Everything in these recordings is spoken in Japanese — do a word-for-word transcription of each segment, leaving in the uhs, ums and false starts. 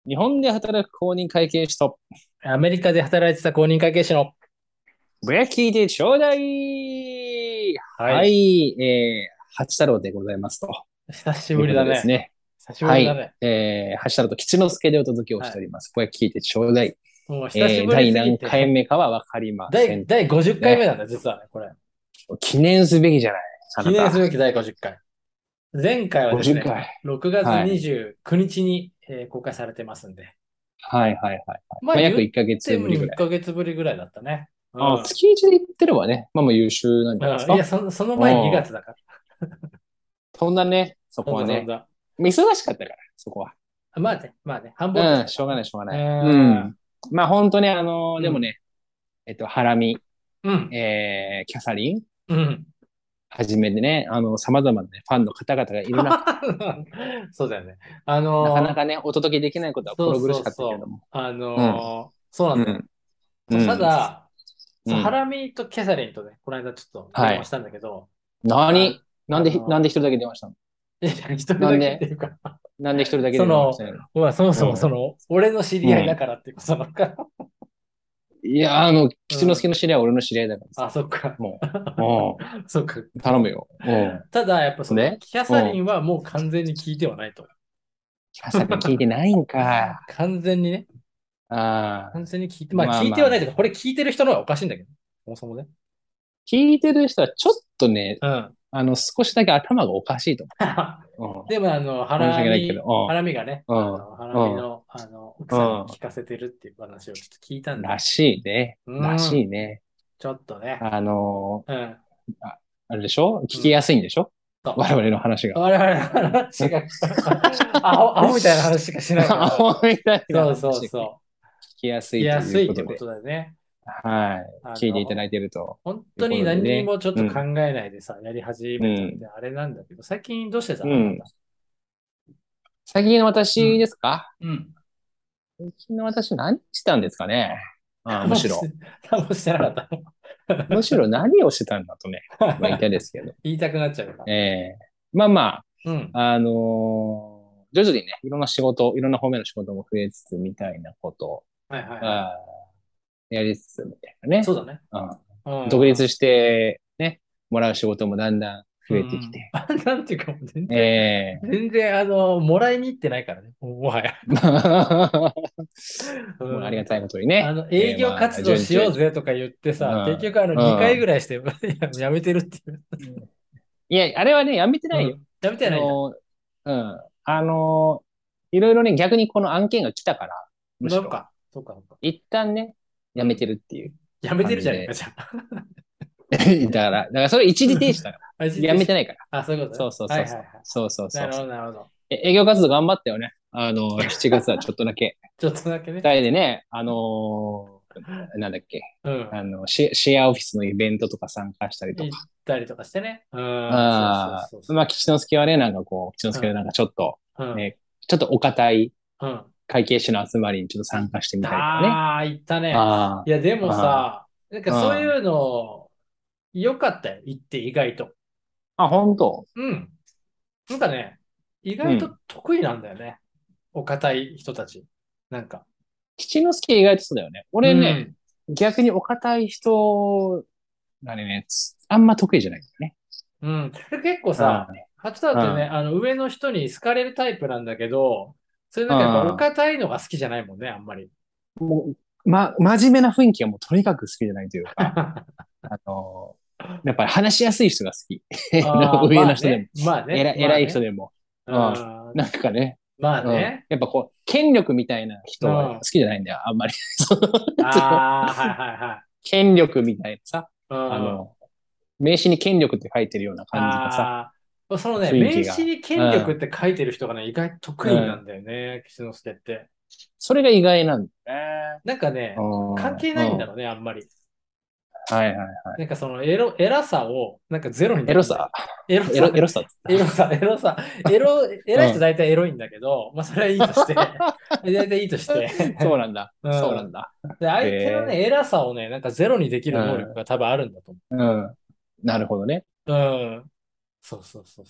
日本で働く公認会計士と、 アメリカで働いてた公認会計士の。 ぼや聞いてちょうだい。 はい。 はい、えー、八太郎でございますと久しいうことぶりだね。 ですね。 久しぶはい、 りだね。 えー、八太郎と吉之助でお届けをしはい。 ております。ぼや聞いてちょうだい。 もう久しえー、 ぶりすぎ第何回て、 目かはわかりませ第、 ん。 第ごじゅっかいめね。 なんだ、実はね、これ。 記念すべきじゃない、あ記なた。 念すべき第ごじゅっかい。前回はです 50 ね、 回。 ろくがつはい。 にじゅうくにちにちに、えー公開されてますんで。 はいはいはいはい。まあ、約まあ言っ 1ヶて、うん、1 月ぶりぐらい。 ヶ月ぶりぐらいだったね。うあ、 ん。 月一で行ってればね、まあまあ優秀なんじゃないですうん、いや、 か。 その、そのう前2 ん。 月だから。 そんなね、そそんこはね。 だそんだ。 忙しかったから、そこは。 まあね、まあね、繁忙期だうん、 ったからね。 しょうがない、しょうがうない。うーん。 ん。まあ本当ね、あのーうん。 でもね、えっと、ハラミ、 うん。 えー、キャサリン、 うん。 はじめでね、あの、様々なね、ファンの方々がいる中、 そうだよね。あのなかなかね、お届けできないことはそうそう心苦しかったけれどそう。 も。 あうん、 のーそうなんだよ。 うん、うそうたん、 だ、そう、ハうん。 ラミとキャサリンとね、この間ちょっとはい。 電話したんだけど、あ、 何なんで、なんあの、 で一人だけ電話したの？ いや一人だけってなんで、 いうか、 なんで一人だけで電話しその、 てないの？ まあ、そもそもそうん、 の、俺の知り合いだうん。 からっていうことなのか。 いや、あの、 うん。 吉之助の知り合いは俺の知り合いだからさ。 あ、そっか。 もう、うそっか。 ん、頼むよ。うただ、やっぱそん。 の、 で、 キャうん。 サリンはもう完全に聞いてはないと。 キャサリン聞いてないんか。 完全にね。 ああ、 完全に聞いて、まあまあ聞いまあまあ。 てはないというか、これ聞いてる人の方がおかしいんだけど、そもそもね。 聞いてる人はちょっとね、 うん。 あの、少しだけ頭がおかしいと思う。 でも、あの、ハうん。申しラミ、 訳ないけど、 ハラミがね、 うん。 あの、ハラミうん。 の、あの、奥さんにうん。 聞かせてるっていう話をちょっと聞いたうん。 んで、 らしいね。 うらーん、 しいね。 ちょっとね、 あのうん、 ーあ、あれでしょ？聞きやうん、 すいんでしょ？ そう。 我々の話が。 我々の話がアホ、アホみたいな話しかしないから、 アホみたいなそうそう話がね、 そう。 聞きや聞きすいとやすいってこいうことで。 とだよね。 はい。聞いていただあの、 いていると本当いうことでに何にね。 もちょっと考うん。 えないでさ、やり始めたんうん。 で、あれなんだけど、最近どうしてうん。 たあなた？ 最近の私でうん。 すか？ うん。 最近の私何したんですかね？ああ、 何もしむしろ。 て、何もしてなかったむしろの。 何をしてたんだとね。まあ言いたいですけど。 言いたくなっちゃうかえら。 え、まあまうん。 あ、あのー徐々にね、いろんな仕事、いろんな方面の仕事も増えつつみたいなことを、 はいはいはい。 あーやりつつみたいなね。 そうだね。 うん。 うん。 独立してね、もらう仕事もだんだん増えてきうん。 て。 あ、なんていうか、もう全え然、 え、 全然、あの、もらいに行ってないからね。ももはや。 まあ、 うもうありがん。 たいことにね。 あの、営ええ、 業まあ、 活動しよう順調に。 ぜとか言ってうさ、結ん。 局あのうにかいぐん。 らいしてややめてるっていう。 いや、あれはね、やめてないよ。 うん。やめてはないんだ。 あの、うん。あの、いろいろね、逆にこの案件が来たから、むしろ、 なんか、そうか、そうか。 一旦ね、やめてうん。 るっていうやめてるじゃねえか、 感じで。 じゃあ。 だから、だからそれ一時停止だから。 あ、一時停止。 やめてないから。 あ、そういうことね。 そうそうそうそう。 はいはいはい。 そうそうなるほど、 そうそう。 なるほど。 え営業活動頑張ったよね。あの、しちがつはちょっとだけ。 ちょっとだけね。 二人でね、あのーなんだっけ。 うん。 あのシェ、シェアオフィスのイベントとか参加したりと行っか。 たりとかしてね。うん、そうそうああ、まあ、 そうそ吉之助はね、なんかこう、吉之う。うん、 助でなんかちょっと、 うん、 ね、ちょっとお堅いうん。 会計士の集まりにちょっと参加してみ行ったたりとかね。 ー、行ったね。 あいや、でもあ、 さ、なんかそうああ、 いうの、良かったよ。行って意外と。 あ、本当？ うん。なんかね、意うん。 外と得意なんだよね。お堅い人たち。なんか。 吉之助意外とそうだよね。俺ね、 うん。 逆にお堅い人がね、つあんま得意じゃないんだよね。 うん。で結構さ、 うん、 ハチタウってね、 うん、 あの、上の人に好かれるタイプなんだけど、それなんかやっぱおうん。 堅いのが好きじゃないもんね、あんまり。 もう、ま、真面目な雰囲気がもうとにかく好きじゃないというか、あの、やっぱり話しやすい人が好き。 ああ、 上の人でも、 まあね、まあね、 偉い、偉い人まあね。 でも。 ううん。 ん、 なんかね、 まあうん。 ね。 やっぱこう、権力みたいな人は好うん。 きじゃないんだよ、あんまり。そのそのああ、はいはいはい。 権力みたいなさ、 うん。 あの、名刺に権力って書いてるような感じがさ、 ああ、そのね、 雰囲気が。 名刺にうん、 権力って書いてる人がね、意外と得意なんうん。 だよね、吉之助って。 それが意外なんだよね。 なんかうね、関係ないんん、うん。 だろうね、あんまり。 はいはいはい。 なんかそのエロ、偉さをなんかゼロにできんだよ。 エロさ、 エロエロ、 さ、 エロさっつっエロさ、エロさ、エロ、偉い人た。 大体エロいんだけど、まあそれはいいとして、大体いいとしそうて、 なんだ。 うん。 そうなんだ。 で、 え相手のね、 え、 偉さをね、なんかゼロにできる能力うん、 が多分あるんだと思うん。なるほどね。 う。うん。そうそうそうそ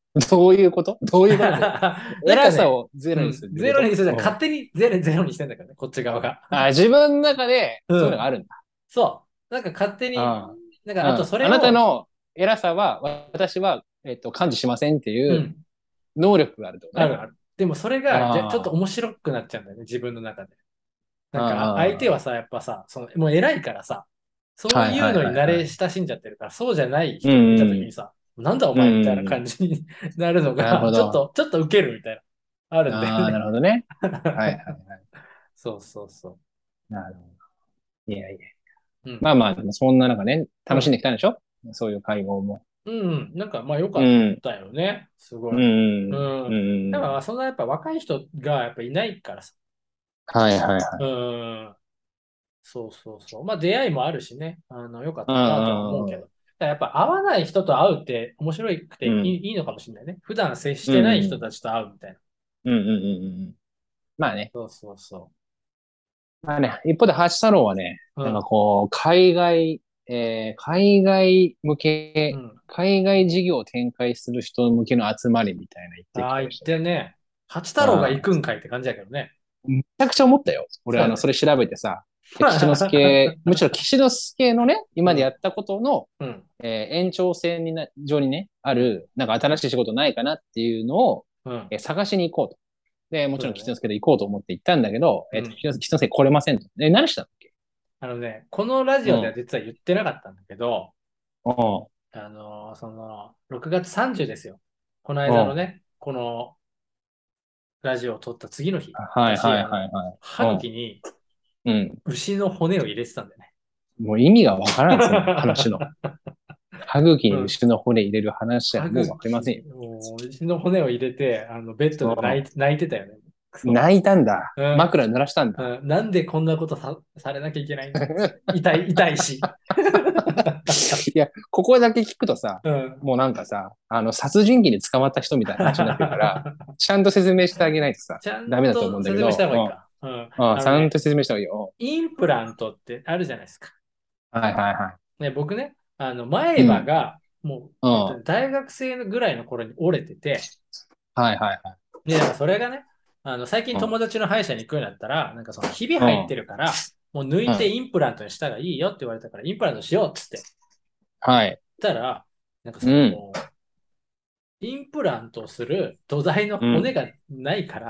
どういうことどういうことでなん偉かね、 さをゼうん、 ロにするってゼロにするじゃん。 こと？ 勝手にゼロ、ゼロにしてんだからね、こっち側が。 あ、自分の中でそういうのがうん。 あるんだ。 そう。なんか勝手に、 あなんかあとあ、うん。あなたそれを、 の偉さは、私は、えっと、感知しませんっていううん、 能力があるってことね。 あるある。でもそれが、じゃ、ちょっとあ面白くなっちゃうんだよね、自分の中で。 あ、 なんか、相手ああ、 はさ、やっぱさ、その、もう偉いからさ、そうはいはいいうのに慣はいはい。 れ親しんじゃってるから、そうじゃないう人が見たときにん、 さ、なんだおうん、 前みたいなうん。 感じになるのなるが、 ほど。 ちょっと、ちょっとウケるみたいな、あるんだよああ、なね。 るほどね。はいはいはい。 そうそうそなるほど。いやいや。 う。うん。 まあまあ、そんな中ね、楽しんうん。 できたんでしょ？そういう会合も。 うん。なんか、まあ良かっうん、 たよね。すごうい。うん、うん。だから、まん。 あそんなやっぱ若い人がやっぱいないからさ。 はいはいうはい。 ん。そうそうそう。まあ出会いもあるしね。あの、良かっうたなとは思うん、 けど。だからやっぱ会わない人と会うって面白くてうん、 いい、いいのかもしれないね。普段接しうてない人ん、 たちと会うみたいな。 うん、うん、うん、うん。まあね。 そうそうそまあね、一方でハチ太郎はね、 う。うなんかん。 こう、海外、えー海外向け、 うん。 海外事業を展開する人向けの集まりみたいな言ってああ、言っきたりしてね。 てね。八太郎が行うん。 くんかいって感じだけどね。 めちゃくちゃ思ったよ。俺、あの、そそうだね。 れ調べてさ、岸之助、むしろ岸之助のね、 うん。 今までやったことの、 うん。 えー延長線にな、上にね、ある、なんか新しい仕事ないかなっていうのを、 うん。 えー探しに行こうと。で、もちろんそうだね。 吉之助で行こうと思って行ったんだけど、えっ、と、 うん。 吉之助来れませんと。え、何したんだっけ？ あのね、このラジオではうん。 実は言ってなかったんだけど、 うん。 あのーその、ろくがつさんじゅうですよ。このうん。 間のね、このラジオを撮った次の日、私、 はいはいあの、 はいはい。 歯茎にうん。うん。 牛の骨を入れてたんだよね。 もう意味がわからん、その話の。歯茎うん。 に牛の骨入れる話は歯もうわかりませんよ。 茎、もう牛の骨を入れて、あの、ベッドで泣いて、泣いてたよね。クソ。 泣いたんだ。 うん。 枕濡らしたんだ。 うん。なんでこんなことさ、されなきゃいけないんだっつって。痛い、痛いし。 いや、ここだけ聞くとさ、 うん。 もうなんかさ、あの、殺人鬼に捕まった人みたいな話になってるから、ちゃんと説明してあげないとさ、 ちゃんダメだと思うんだけと説明した方がいいど、 か。うん。 うん、うん、 あのね、 ちゃんと説明した方がいいよ。 インプラントってあるじゃないですか。 はいはいはね、僕ね、あの、前い。うん。 歯が、もうん。 う、えっとはね、大学生のぐらいの頃に折れてて、 いはいはい。 で、なんかそれがね、あの、最近うん。 友達の歯医者に行くようになったら、なんかその、ひびうん。 入ってるから、もう抜いてうん。 インプラントにしたらいいよって言われたから、インプラントしようっつって言っはい。 たら、なんかうん。 その、インプラントする土台のうん。 骨がないから、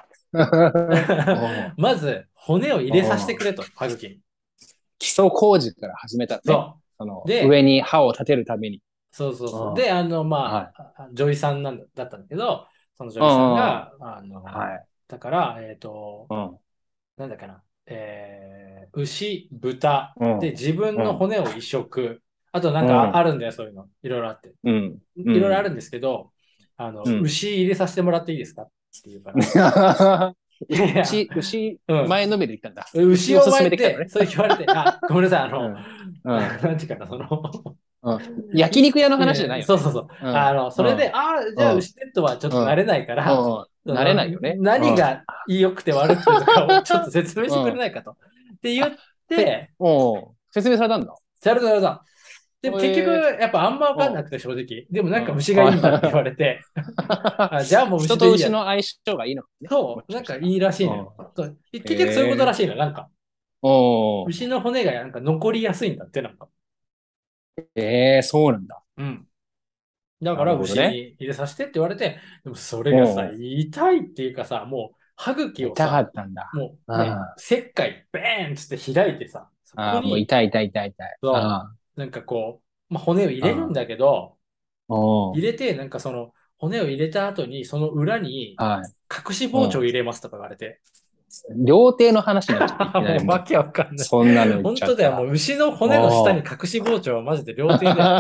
おうまず骨を入れさせておうくれと、歯茎に。 基礎工事から始めたのね。 そその、 う。で、 上に歯を立てるために。 そうそうそう。 うん。 で、あの、まはい。 あ、あ女医さんなんだ、だったんだけど、その女うん。 医さんはが、あの、 い。 だから、えっと、 うん。 なんだっけな、えー、牛、豚、 うん。 で、自分うん。 の骨を移植、あとなんかああうん。 るんだよ、そういうの。いろいろあって。 うん。ういろいろあるん。 んですけど、あの、 うん。 牛入れさせてもらっていいですかって言うから。いや、 牛、牛、 うん。 前のめりで来たんだ。牛牛をを勧め巻いて、 てきたのね。 そう言われて、あ、ごめんなさい、あの、 うん。うん。 なんていうかな、そのうん。焼い、 肉屋の話じゃなえーいよね。 そうそうそう。 うん。 あの、それで、 うん。 ああ、じゃあ、 うん。 牛テッドはちょっうん。 と慣れないから、 うん。慣れその、 ないよね。うん。 何が良くて悪くてとかをちょっと説明してくれうん。 ないかと。って言っあ、せ、 て、 おう説明されたんだ。 されたされた。でも結局、 えやっぱあんま分ー、うん。 かんなくて正直。でもなんかうん。 牛がいいんだって言わはれて、 い。 あ、じゃあもう人と牛でいいや。 牛の相性がいいのかね。もそう、なんかいしかしたら。 いらしいのよ。 うそうん。 結局そういうことえー、 らしいの。なんか、 おー。 牛の骨がなんか残りやすいんだって、なんか。 えー、そうなんだ。 うん。だかならるほどね。 牛に入れさせてって言われて、でもそれがさ、 おー。 痛いっていうかさ、もう歯茎を痛かさ、 ったんだ。 もうね、 あ切開、ベーンっつって開いてさ、そあ、あーもうこに、 痛い痛い痛い痛い。 そあう、なんかこう、まあ、骨を入れるんあ、 だけど、 ああ、おー。 入れて、なんかその骨を入れた後に、その裏にはい。 隠し包丁うん。 入れますとか言われて、 料亭の話になっちゃって、いきなりもう。 もうわけわかんない。 そんなの言っ本当だよ、もちゃったら。 う牛の骨の下におー。 隠し包丁はマジで料亭だよ。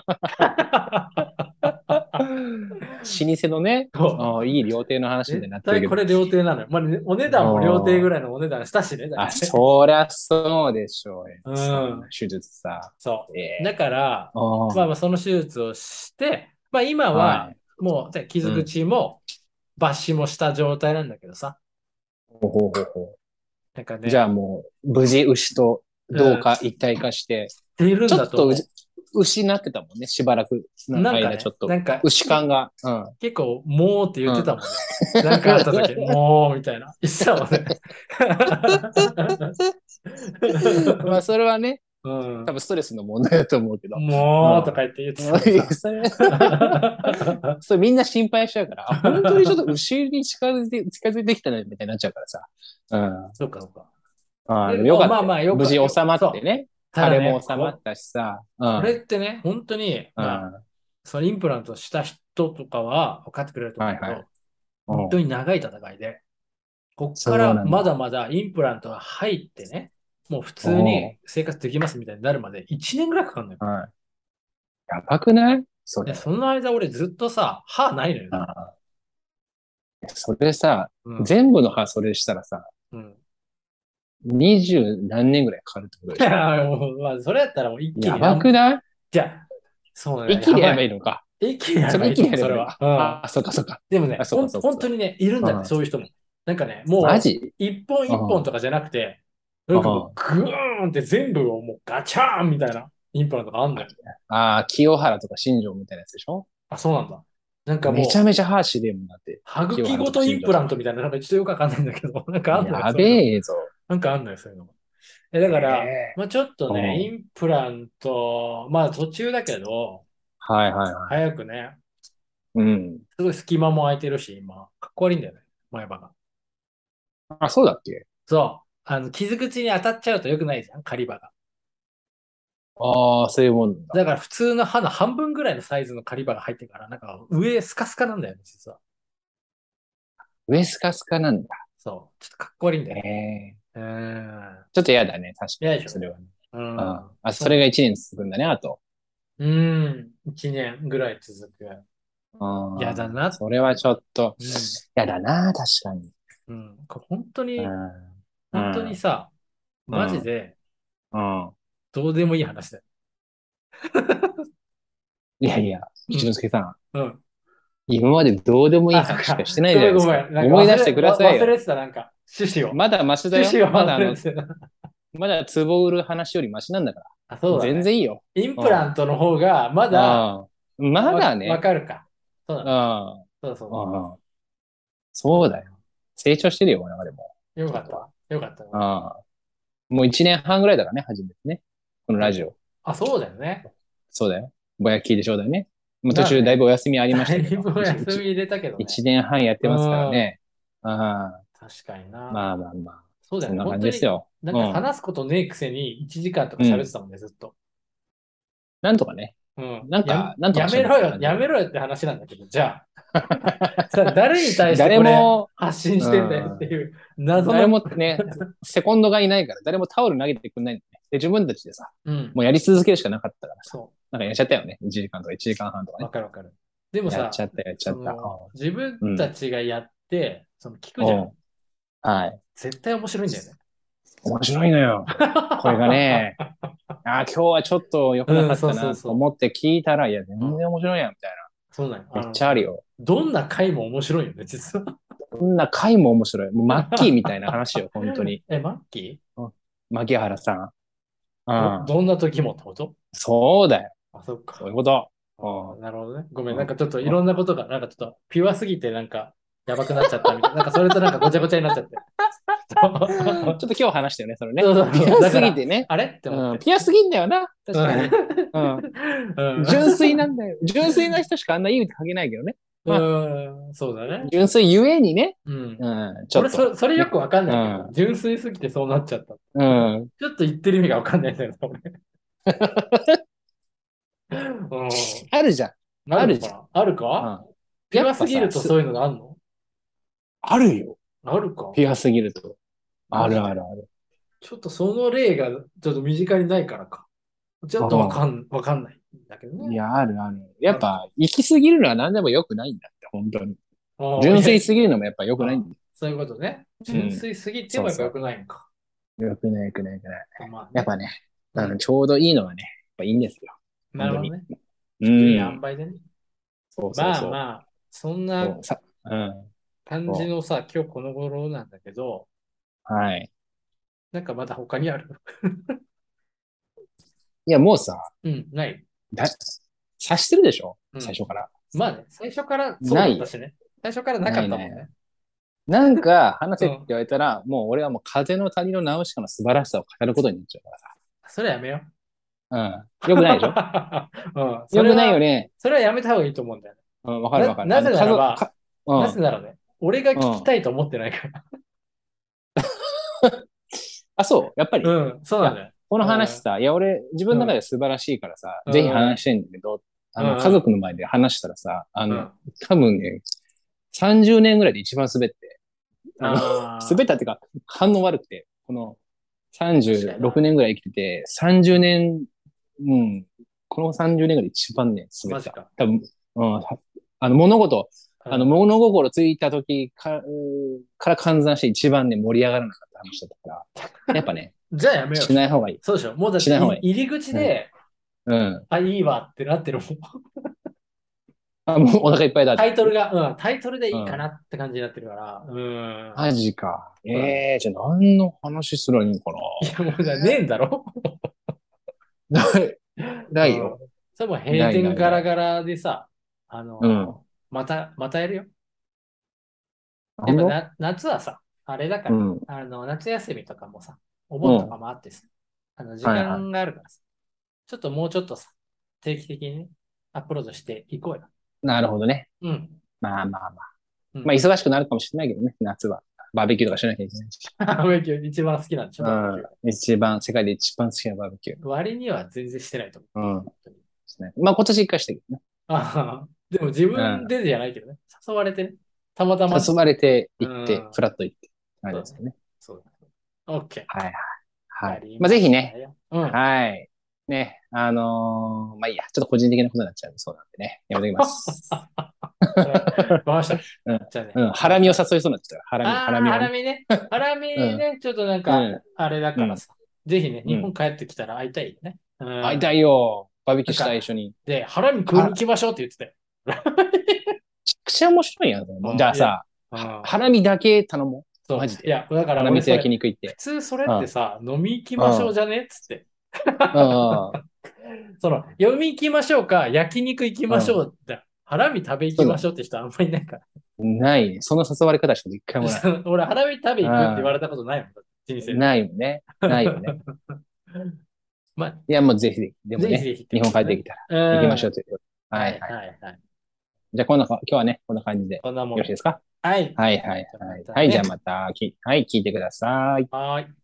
老舗のね、 そうあーいい料亭の話みたいに絶なってるけど。 対これ料亭なのよ。まあ、ねお値段も料亭ぐおー。 らいのお値段したしね、だいあ、 ぶね。 そりゃそうでしょうよ。 うそんなん。 手術さ。 そえう。だえから、まあまー。 あその手術をして、まあ今ははい。 もうで傷うん。 口も抜歯もした状態なんだけどさ。 ほうほうほうほう。じゃあなんかね、 もう、無事牛とうん、 同化一体化して、 出るんちょっとうじ、 だと思牛になってたもんね、しばらくのなんかね、 間ちょっと。 なんか、 牛感が。うん。 結構、もうって言ってうん。 たもんね。なんかあった時、もうみたいな。言ってたもんね。 まあ、それはね、 うん。 多分ストレスの問題だと思うけど。うもうとかん。 言って言ってたうんのさ。 それ、それみんな心配しちゃうから、あ、本当にちょっと牛に近づいて、近づいてきたね、みたいになっちゃうからさ。うん。 そうか、そうか。 ああ、でで、 もよかったよ。 まあまあ、よく、よ、 無事収まってそう。 ね。腫れもただね、こ、 収まったしさ。うこれん。 ってね、本当に、 うん。 まあ、 はそのインプラントした人とかは分かってくれるといはい。 思うけど、本当うん。 に長い戦いで、こっからそうなんだ。 まだまだインプラントが入ってね、もう普通おに生活できますみたいになるまでいちねんぐらいかかるのよ。 う。はい。やばくないそで、 れ。 その間俺ずっとさ、歯ないのよ。だからああ。それさ、 うん。 全部の歯それしたらさ、 うん。 二十何年ぐらいかかるってことでしょ？ いや、もうまあ、それやったらもう一気やになん、 ばくない？ じゃあ、そうね、 一気にやれやばい。 ばいいのか。 一気にやれそれ一気ばいいと思う、 にやればいいのか。 それは。うん。 ああ、そっかそっか。あ、 でもね、ほん、 そっかそっかそっ本当にね、いるんだって、 か。 そういう人も。なんかね、もう、 マジ？ 一本一うん。 本とかじゃなくて、なんかもう、 うん。 グーンって全部をもうガチャーンみたいなインプラントがあんのよ。 ああ、清原とか新庄みたいなやつでしょ？ あ、そうなんだ。なんかめちゃもう、 めちゃ歯しでもんだって。 歯茎清原とかごとインプ新庄とか。 ラントみたいな、なんかちょっとよくわかんないんだけど、なんかあんのよ、 やべそういうの。 えぞ。 なんかあんのよ、そういうのも。え、だから、 ええまあちょっとね、イうん。 ンプラント、まあ途中だけど、 はいはいはい。 早くね、 うん。 すごい隙間も空いてるし、今、かっこ悪いんだよね、前歯が。 あ、そうだっけ？ そう。あの、傷口に当たっちゃうと良くないじゃん、狩り歯が。 ああ、そういうもんだ。 だから普通の歯の半分ぐらいのサイズの狩り歯が入ってるから、なんか上スカスカなんだよね、実は。 ウエスカスカなんだ。 そう。ちょっとかっこ悪いんだえよね。 えうーん。 ちょっと嫌だね。確かに。 嫌でしょ。 それはね。 ううん。 ん。 あ、それがそ一年続くんだね、あと。 う。うーん。一年ぐらい続く。嫌ああ、 だな。 それはちょっとうん。 嫌だな、確かに。 うん。これ本当うに、 ん。う本当にん。 さ、 うん。 マジでうん。 どうでもいい話だよ。 いやいや、 うん。 俊介さん。 うん。 今までどうでもいいあ、そっか。 話しかしてないごじゃないですか。 めんごめん。なんか思い出して忘れ、 くださいよ。 わ忘れてた、なんか、趣旨を。 まだマシだよ。 趣旨をまだあの、 忘れてた。 まだ壺売る話よりマシなんだから。 あ、そうだね。 全然いいよ。 インうん。 プラントの方が、まだ、 うん。まわ、わだね。 かるか。そうだうね。 ん。 そうだそうだ。 うん。そうだよ。成長してるよ、我々も。 うん。よちょっとは。 かった。よかった。よかった。 うん。もう一年半ぐらいだからね、初めてね。このラジオ。 あ、そうだよね。 そうだよ。ぼやき聞いてちょうだいね。もう途中だいぶまあね。 お休みありましたけど。 だいぶお一一休み入れたけどね。 一年半やっうてますからん。 ね。ああ、 確かにな。 まあまあまあ。 そうだよね。 そんな本当に、 感じですよ。 なんかうん。 話すことねえくせにいちじかんとかうん。 喋ってたもんね、ずっと。 なんとかね。 うん。や、 なんか、なんとか喋ってたやめろよ、 感じだけど。 やめろよって話なんだけど、じゃあ、さ、誰に対して誰これも、 発信しうてんだよってん。 いう謎誰の、 もね、セコンドがいないから、誰もタオル投げてくんないんだよね。で、自分たちでさ、 うん。 もうやり続けるしかなかったからさ。 そなんかやっちゃったよね。いちじかんとかいちじかんはんとかう。わね。 かるわかる。でもさ、 やっちゃった、やっちゃった。 その、自分うん。 たちがやって、その聞くじゃん。 うん。はい。 絶対面白いんだよね。 面白いのよ。これがね、ああ、今日はちょっと良くなうん、 かっそうたなとそうそ思って聞いたら、いや、全う。うん。 然面白いやん、みたいな。 そうなんよ。 めっあのね、 ちゃあるよ。 どんな回も面白いよね、実は。 こんな回も面白い。もうマッキーみたいな話よ、本当に。 え、マッキうん牧原さん。うーど、 ん。 どんな時もってこと？ そうだよ。 あ、そっか。 そういうこと。 あー、なるほどね。ごめん、 うん。うん。 なんかちょっといろんなことが、なんかちょっとピュアすぎて、なんかやばくなっちゃったみたいな。なんかそれとなんかごちゃごちゃになっちゃって。 ちょっと今日話したよね、それね。 そうそうそう。 ピュアだから、 すぎてね。 あれって思っうん。 て。 ピュアすぎんだよな。 うん。 確かに。うん。純粋なうん。 んだよ。純粋な人しかあんないいって書けないけどね。まあ、 うん、そうだね。 純粋ゆえにね。 うん。 うん。ちょ俺、 っと。 そ、それよね。 くわかんなういけど、 ん。 純粋すぎてそうなっちゃった。 うん。 ちょっと言ってる意味がわかんないんだよね、俺。うあるじゃん。 ん。ああるじるのかな？あるゃん。 か？ うん。 ピュアやっぱさ、す、 すぎるとそういうのがあるの？ あるよ。 あるか？ ピュアすぎると。あマジで？ るあるある。 ちょっとその例がちょっと身近にないからか。ちょっとわかうん、わかんないんだけどん。いね。 や、あるある。やあるか。 っぱ、行き過ぎるのは何でも良くないんだって、本当に。 ああ、いや、 純粋すぎるのもやっぱ良くないんああ、 だよ。 そういうことね。 うん。 純粋すぎてもやっぱ良くそうそないのか。 う。良くない、良くない、良くない。 まあね。 やっぱね、うん、 うん。 ちょうどいいのはね、やっぱいいんですよ。本当に。 なるほどね。 うちょうどいい塩ん。 梅でね。 そうそうそまあまあ、そんう。 なそう、さ、うん。 感じそのさ、今日この頃なんだけど、 う。はい。 なんかまだ他にある？ いや、もうさ、 うん、ない。 だ、察してるでしょうん。 最初から。 まあね、最初からそうないよ。 だったしね。最初からなかないったもんね。 ね。なんか話せってうん。 言われたら、もう俺はもう風の谷のナウシカの素晴らしさを語ることになっちゃうからさ。 それやめよう。 うん。よくないでしょうん。そよくないよれは、 ね。 それはやめた方がいいと思うんだよね。 うん、わかるわな、 かる。あの、 なぜな家族、 らば、 か、うなぜん、 ならね、俺が聞うん。 きたいと思ってないから。 あ、そう、やっぱり。いうん、そうなんや、 だよ。 このうん、 話さ、いや、俺、自分の中うん、 で素晴らしいからさ、 うん、 ぜひうん、 話したいんだけど、あうん、 の、家うん、 族の前で話したらさ、あの、 うん。 多分ね、さんじゅうねんぐらいで一番滑って、あの、滑あったっていうか、反応悪くて、このあ、確 36 かにな。 年ぐらい生きてて、30 うん、 年、うん、このさんじゅうねんぐらいで一番ね、滑った。 マジか。 多分、うん、あの、物事、あの、 うん。 物心ついた時か、から換算して一番ね、盛り上がらなかった話だったから、やっぱね、 じゃあやめよう。 しない方がいい。 そうでしょ。もうだっていしない方がいい。 入り口うん。 で、 うん。 あ、いいわってなってるもん。 あ、もうお腹いっぱいだってことタイトルが、うん、タイトルでいいかなうん。 って感じになってるから、うん。 マジか。 そうだね。 ええー、じゃあ何の話するのいいのかいや、もうじゃねえんだろ。 な。ない、 うないよ。 ん。それも閉ない店ないない。 ガラガラでさ、あうん。 のーまた、またやるよ。やっ本当ぱな、夏はさ、あれだから、 うん。 あの、夏休みとかもさ、おうん。 盆とかもあってさ、あの、時はいは間があるからさ、ちょっともうちょっとさ、定期的にね、アプローチしていこうよ。 い。なるほどね。 うん。 まあまあまあ。 うん。 まあ忙しくなるかもしれないけどね、夏は。バーベキューとかしなきゃいけないし。 バーベキュー一番好きなんでしょ、バーベキュー。 うん。一番、世界で一番好きなバーベキュー。 割には全然してないと思う。 うん。で本当に。 すね。まあ今年一回したけどね。 ああ、でも自うん。 分でじゃないけどね。誘われてね。たまたまね。 誘われてう行って、 ん。 フラッと行って。あそうだね。 れですよね。 そうだね。オッケはいはい。 ー。 はい。まあやりまぜひね。 したよ。うん。 はい。ね。あのーまあいいや。ちょっと個人的なことになっちゃうんで、そうなんでね。やめときます。 わかりました。 うん。 じゃあね、 うん。ハラミをまた。 誘いそうになっちゃった。ハラミ、ハラああ、ハミをね。 ラミね。ハラミうん。 ね、ちょっとなんか、 うん。 あれだうん。 からさ。ぜひね、日本うん。 帰ってきたら会いたいよね。うん。 会いたいよ。バーベキューしたい、一なんか、 緒に。 で、ハラミ食いに行は、 きましょうって言ってたよ。 ちくちゃ面白いやん。もうじゃうん、いや、 あさ、は、 うん。 ハラミだけ頼もう。 そう。 マジで。 いや、だからハラミと焼俺それ、 肉行って。 普通それうん。 ってさ、飲み行きうん。 ましょうじゃねっつって。 うん。 その、読み行きましょうか、焼肉行きましょうん。 うって、ハラミ食べ行きそうだ。 ましょうって人あんまりいないから。 ないね。その誘われ方しか一回もない。 俺、ハラミ食べ行くって言わうれたことないもん、人生ん。 で。 ないよね。ないよね。 まあ、 いや、もうぜひぜひ。でもね、 ぜひぜひって日本ことね。 帰ってきたらう行きましょうん。 ということで。ははいいはい。 はいはい。 じゃあ、こんなか、今日はね、こんな感じでこんなもんで。 よろしいですかはい。 はいはいじゃあまはい。はい、じゃあたね。 また、き、はい、聞いてください。 はーい。